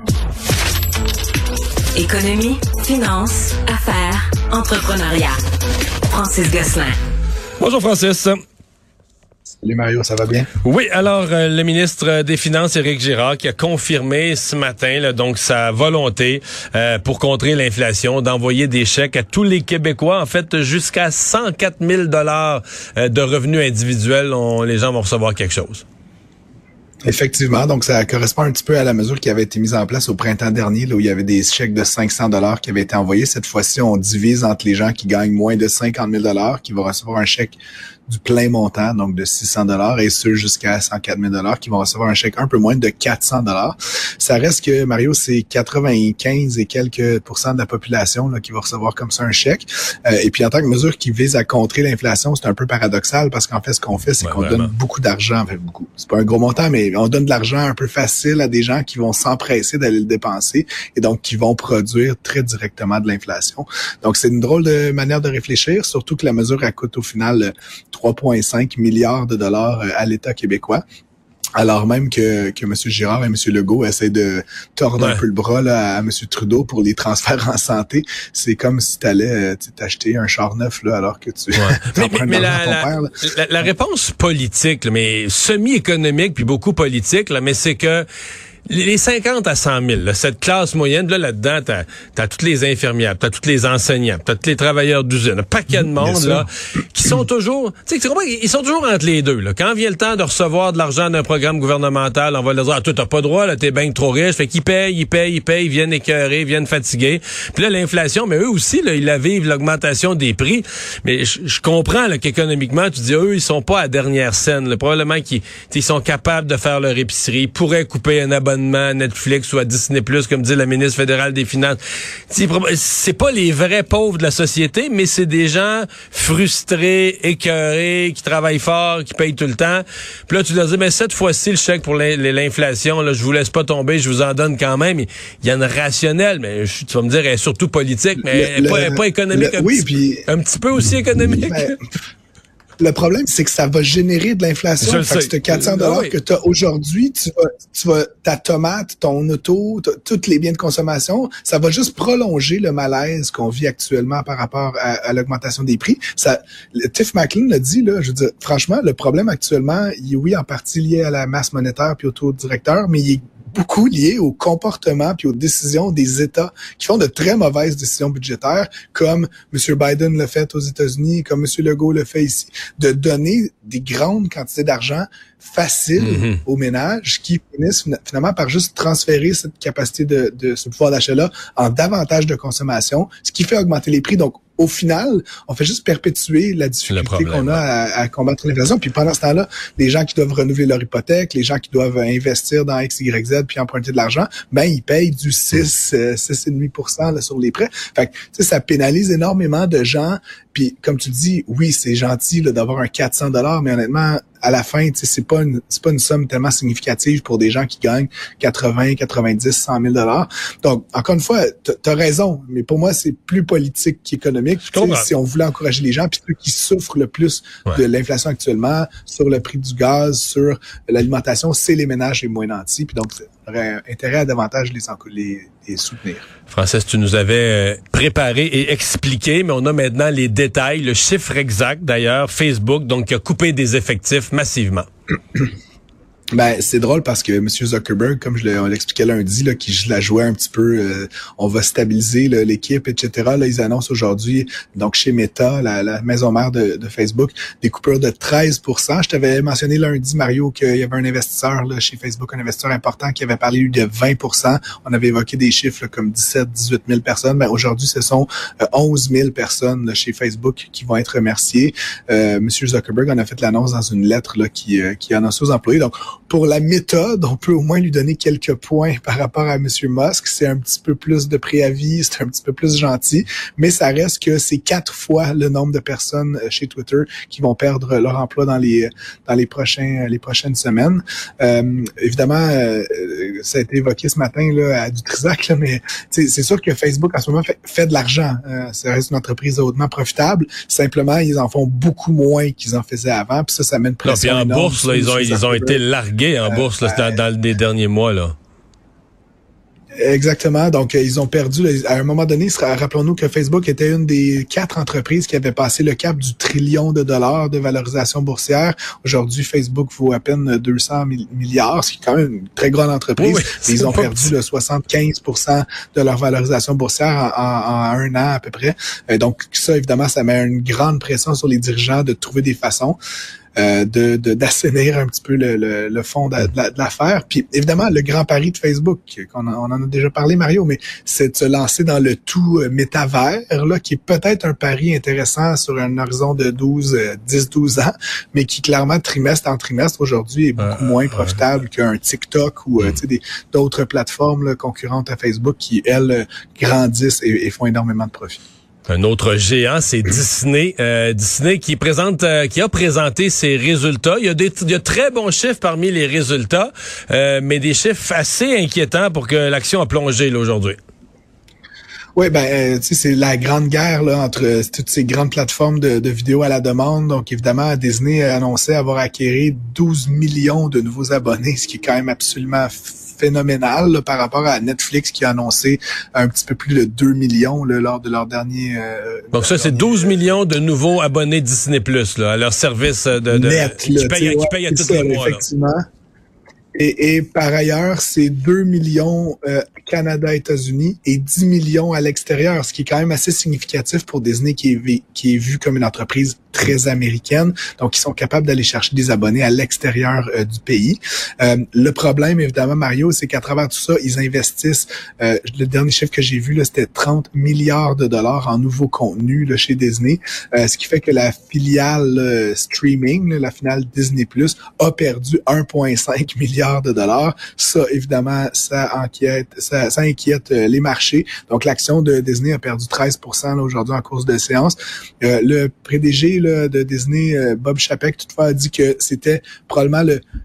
Économie, finance, affaires, entrepreneuriat. Francis Gosselin. Bonjour Francis. Salut Mario, ça va bien? Oui, alors le ministre des Finances, Éric Girard, qui a confirmé ce matin donc sa volonté pour contrer l'inflation, d'envoyer des chèques à tous les Québécois, en fait jusqu'à 104 000 $ de revenus individuels, les gens vont recevoir quelque chose. Effectivement, donc ça correspond un petit peu à la mesure qui avait été mise en place au printemps dernier, là où il y avait des chèques de 500 $ qui avaient été envoyés. Cette fois-ci, on divise entre les gens qui gagnent moins de 50 000 $ qui vont recevoir un chèque du plein montant, donc de 600 $, et ceux jusqu'à 104 000 $ qui vont recevoir un chèque un peu moins de 400 $. Ça reste que, Mario, c'est 95 et quelques % de la population là, qui va recevoir comme ça un chèque. Et puis, en tant que mesure qui vise à contrer l'inflation, c'est un peu paradoxal parce qu'en fait, ce qu'on fait, c'est qu'on donne beaucoup d'argent. Enfin, beaucoup. C'est pas un gros montant, mais on donne de l'argent un peu facile à des gens qui vont s'empresser d'aller le dépenser et donc qui vont produire très directement de l'inflation. Donc, c'est une drôle de manière de réfléchir, surtout que la mesure, elle coûte au final 3,5 milliards de dollars à l'État québécois. Alors même que M. Girard et M. Legault essaient de tordre un peu le bras là, à M. Trudeau pour les transferts en santé. C'est comme si tu allais t'acheter un char neuf là, alors que tu mais la réponse politique, là, mais semi-économique puis beaucoup politique, là, mais c'est que les 50 à 100 000, là, cette classe moyenne, là-dedans, t'as toutes les infirmières, t'as tous les enseignants, t'as tous les travailleurs d'usine, un paquet de monde, là, qui sont toujours, tu sais, ils sont toujours entre les deux, là. Quand vient le temps de recevoir de l'argent d'un programme gouvernemental, on va leur dire, toi, t'as pas droit, là, t'es bien trop riche, fait qu'ils payent, ils viennent écœurer, ils viennent fatiguer. Puis là, l'inflation, mais eux aussi, là, ils la vivent, l'augmentation des prix. Mais je comprends, là, qu'économiquement, tu dis, eux, ils sont pas à dernière scène, là. Probablement qu'ils sont capables de faire leur épicerie, ils pourraient couper un abonnement à Netflix ou à Disney+, comme dit la ministre fédérale des Finances. C'est pas les vrais pauvres de la société, mais c'est des gens frustrés, écœurés, qui travaillent fort, qui payent tout le temps. Puis là, tu leur dis, mais cette fois-ci, le chèque pour l'inflation, là, je vous laisse pas tomber, je vous en donne quand même. Il y a une rationnelle, mais tu vas me dire, elle est surtout politique, mais pas économique. Un petit peu aussi économique. Le problème, c'est que ça va générer de l'inflation. Fait que ce 400 $ que tu as aujourd'hui, tu vas ta tomate, ton auto, tous les biens de consommation, ça va juste prolonger le malaise qu'on vit actuellement par rapport à l'augmentation des prix. Tiff Macklin l'a dit, là, je veux dire, franchement, le problème actuellement, il est oui en partie lié à la masse monétaire puis au taux directeur, mais il est beaucoup lié au comportement puis aux décisions des États qui font de très mauvaises décisions budgétaires, comme M. Biden l'a fait aux États-Unis, comme M. Legault le fait ici, de donner des grandes quantités d'argent faciles aux ménages qui finissent finalement par juste transférer cette capacité de ce pouvoir d'achat-là en davantage de consommation, ce qui fait augmenter les prix. Donc, au final, on fait juste perpétuer la difficulté qu'on a à combattre l'inflation. Puis pendant ce temps-là, les gens qui doivent renouveler leur hypothèque, les gens qui doivent investir dans X, Y, Z puis emprunter de l'argent, ben ils payent du 6,5% là, sur les prêts. Fait que tu sais, ça pénalise énormément de gens. Puis comme tu dis, oui, c'est gentil là, d'avoir un 400 $, mais honnêtement, à la fin, tu sais, c'est pas une somme tellement significative pour des gens qui gagnent 80, 90, 100 000 $. Donc, encore une fois, t'as raison, mais pour moi, c'est plus politique qu'économique. Si on voulait encourager les gens, puis ceux qui souffrent le plus de l'inflation actuellement, sur le prix du gaz, sur l'alimentation, c'est les ménages les moins nantis. Puis donc, il aurait intérêt à davantage les soutenir. Francis, tu nous avais préparé et expliqué, mais on a maintenant les détails, le chiffre exact d'ailleurs, Facebook, donc qui a coupé des effectifs massivement. Ben, c'est drôle parce que M. Zuckerberg, comme on l'expliquait lundi, là, qui la jouait un petit peu, on va stabiliser là, l'équipe, etc. Là, ils annoncent aujourd'hui, donc chez Meta, la maison mère de Facebook, des coupures de 13%. Je t'avais mentionné lundi, Mario, qu'il y avait un investisseur là, chez Facebook, un investisseur important qui avait parlé de 20%. On avait évoqué des chiffres là, comme 17, 18 000 personnes. Ben, aujourd'hui, ce sont 11 000 personnes là, chez Facebook qui vont être remerciées. M. Zuckerberg en a fait l'annonce dans une lettre là, qui annonce aux employés. Donc, pour la méthode, on peut au moins lui donner quelques points par rapport à M. Musk. C'est un petit peu plus de préavis, c'est un petit peu plus gentil, mais ça reste que c'est 4 fois le nombre de personnes chez Twitter qui vont perdre leur emploi dans les prochaines semaines. Évidemment, ça a été évoqué ce matin là, à Dutrisac, là, mais c'est sûr que Facebook en ce moment fait de l'argent. Ça reste une entreprise hautement profitable. Simplement, ils en font beaucoup moins qu'ils en faisaient avant, puis ça mène pression. Non, puis en bourse, là, ils ont été largués en bourse là, dans les derniers mois, là. Exactement. Donc, ils ont perdu, à un moment donné, rappelons-nous que Facebook était une des 4 entreprises qui avait passé le cap du $1 trillion de valorisation boursière. Aujourd'hui, Facebook vaut à peine 200 milliards, ce qui est quand même une très grande entreprise. Oui, ils ont perdu 75% de leur valorisation boursière en 1 an à peu près. Donc, ça, évidemment, ça met une grande pression sur les dirigeants de trouver des façons d'assainir un petit peu le fond de l'affaire. Puis évidemment, le grand pari de Facebook, on en a déjà parlé, Mario, mais c'est de se lancer dans le tout métavers, là, qui est peut-être un pari intéressant sur un horizon de 10-12 ans, mais qui clairement, trimestre en trimestre, aujourd'hui, est beaucoup moins profitable qu'un TikTok ou d'autres plateformes là, concurrentes à Facebook qui, elles, grandissent et font énormément de profit. Un autre géant, c'est Disney. Disney qui a présenté ses résultats. Il y a de très bons chiffres parmi les résultats, mais des chiffres assez inquiétants pour que l'action a plongé là, aujourd'hui. Oui, c'est la grande guerre là entre toutes ces grandes plateformes de vidéos à la demande. Donc, évidemment, Disney a annoncé avoir acquis 12 millions de nouveaux abonnés, ce qui est quand même absolument phénoménal là, par rapport à Netflix qui a annoncé un petit peu plus de 2 millions là, lors de leur dernier... Donc ça, c'est 12 millions de nouveaux abonnés Disney+, là, à leur service de net, qui payent à tous les mois. Effectivement. Là. Et par ailleurs, c'est 2 millions Canada, États-Unis et 10 millions à l'extérieur, ce qui est quand même assez significatif pour Disney qui est vu comme une entreprise très américaine. Donc, ils sont capables d'aller chercher des abonnés à l'extérieur du pays. Le problème, évidemment, Mario, c'est qu'à travers tout ça, ils investissent, le dernier chiffre que j'ai vu, là, c'était 30 milliards de dollars en nouveaux contenus là, chez Disney, ce qui fait que la filiale streaming, là, la filiale Disney+, a perdu 1,5 milliard de dollars. Ça, évidemment, ça inquiète les marchés. Donc, l'action de Disney a perdu 13% là, aujourd'hui en cours de séance. Le PDG de Disney, Bob Chapek, toutefois, a dit que c'était probablement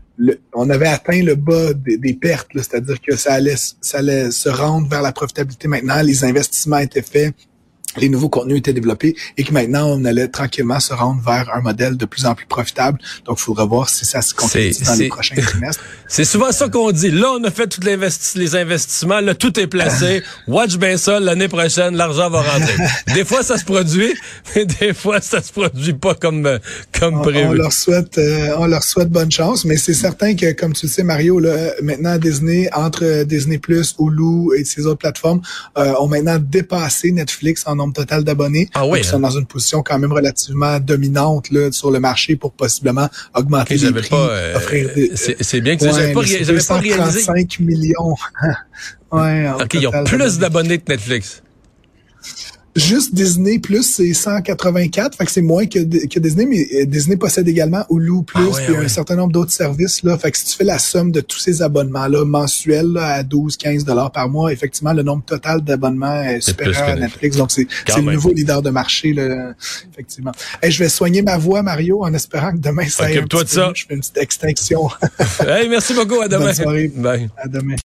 on avait atteint le bas des pertes, c'est-à-dire que ça allait se rendre vers la profitabilité maintenant. Les investissements étaient faits. Les nouveaux contenus étaient développés et que maintenant, on allait tranquillement se rendre vers un modèle de plus en plus profitable. Donc, il faudra voir si ça se concrétise dans les prochains trimestres. C'est souvent ça qu'on dit. Là, on a fait tous les investissements. Là, tout est placé. Watch bien ça. L'année prochaine, l'argent va rentrer. Des fois, ça se produit, mais des fois, ça se produit pas comme prévu. On leur souhaite bonne chance, mais c'est certain que, comme tu le sais, Mario, là, maintenant, Disney, entre Disney+, Hulu et ces autres plateformes, ont maintenant dépassé Netflix en nombre total d'abonnés. Ah oui, ils sont dans une position quand même relativement dominante là, sur le marché pour possiblement augmenter les prix. C'est bien que j'avais pas réalisé. 5 millions. OK, ils ont plus d'abonnés que Netflix. Juste Disney Plus, c'est 184, fait que c'est moins que Disney, mais Disney possède également Hulu Plus et un certain nombre d'autres services là. Fait que si tu fais la somme de tous ces abonnements là mensuels là, à 12-15 $ par mois, effectivement le nombre total d'abonnements est supérieur à Netflix. Donc c'est le nouveau leader de marché là, effectivement. Hey, je vais soigner ma voix, Mario, en espérant que demain ça aille un petit peu. Je fais une petite extinction. Hey, merci beaucoup, à demain. Bonne soirée. Bye. À demain.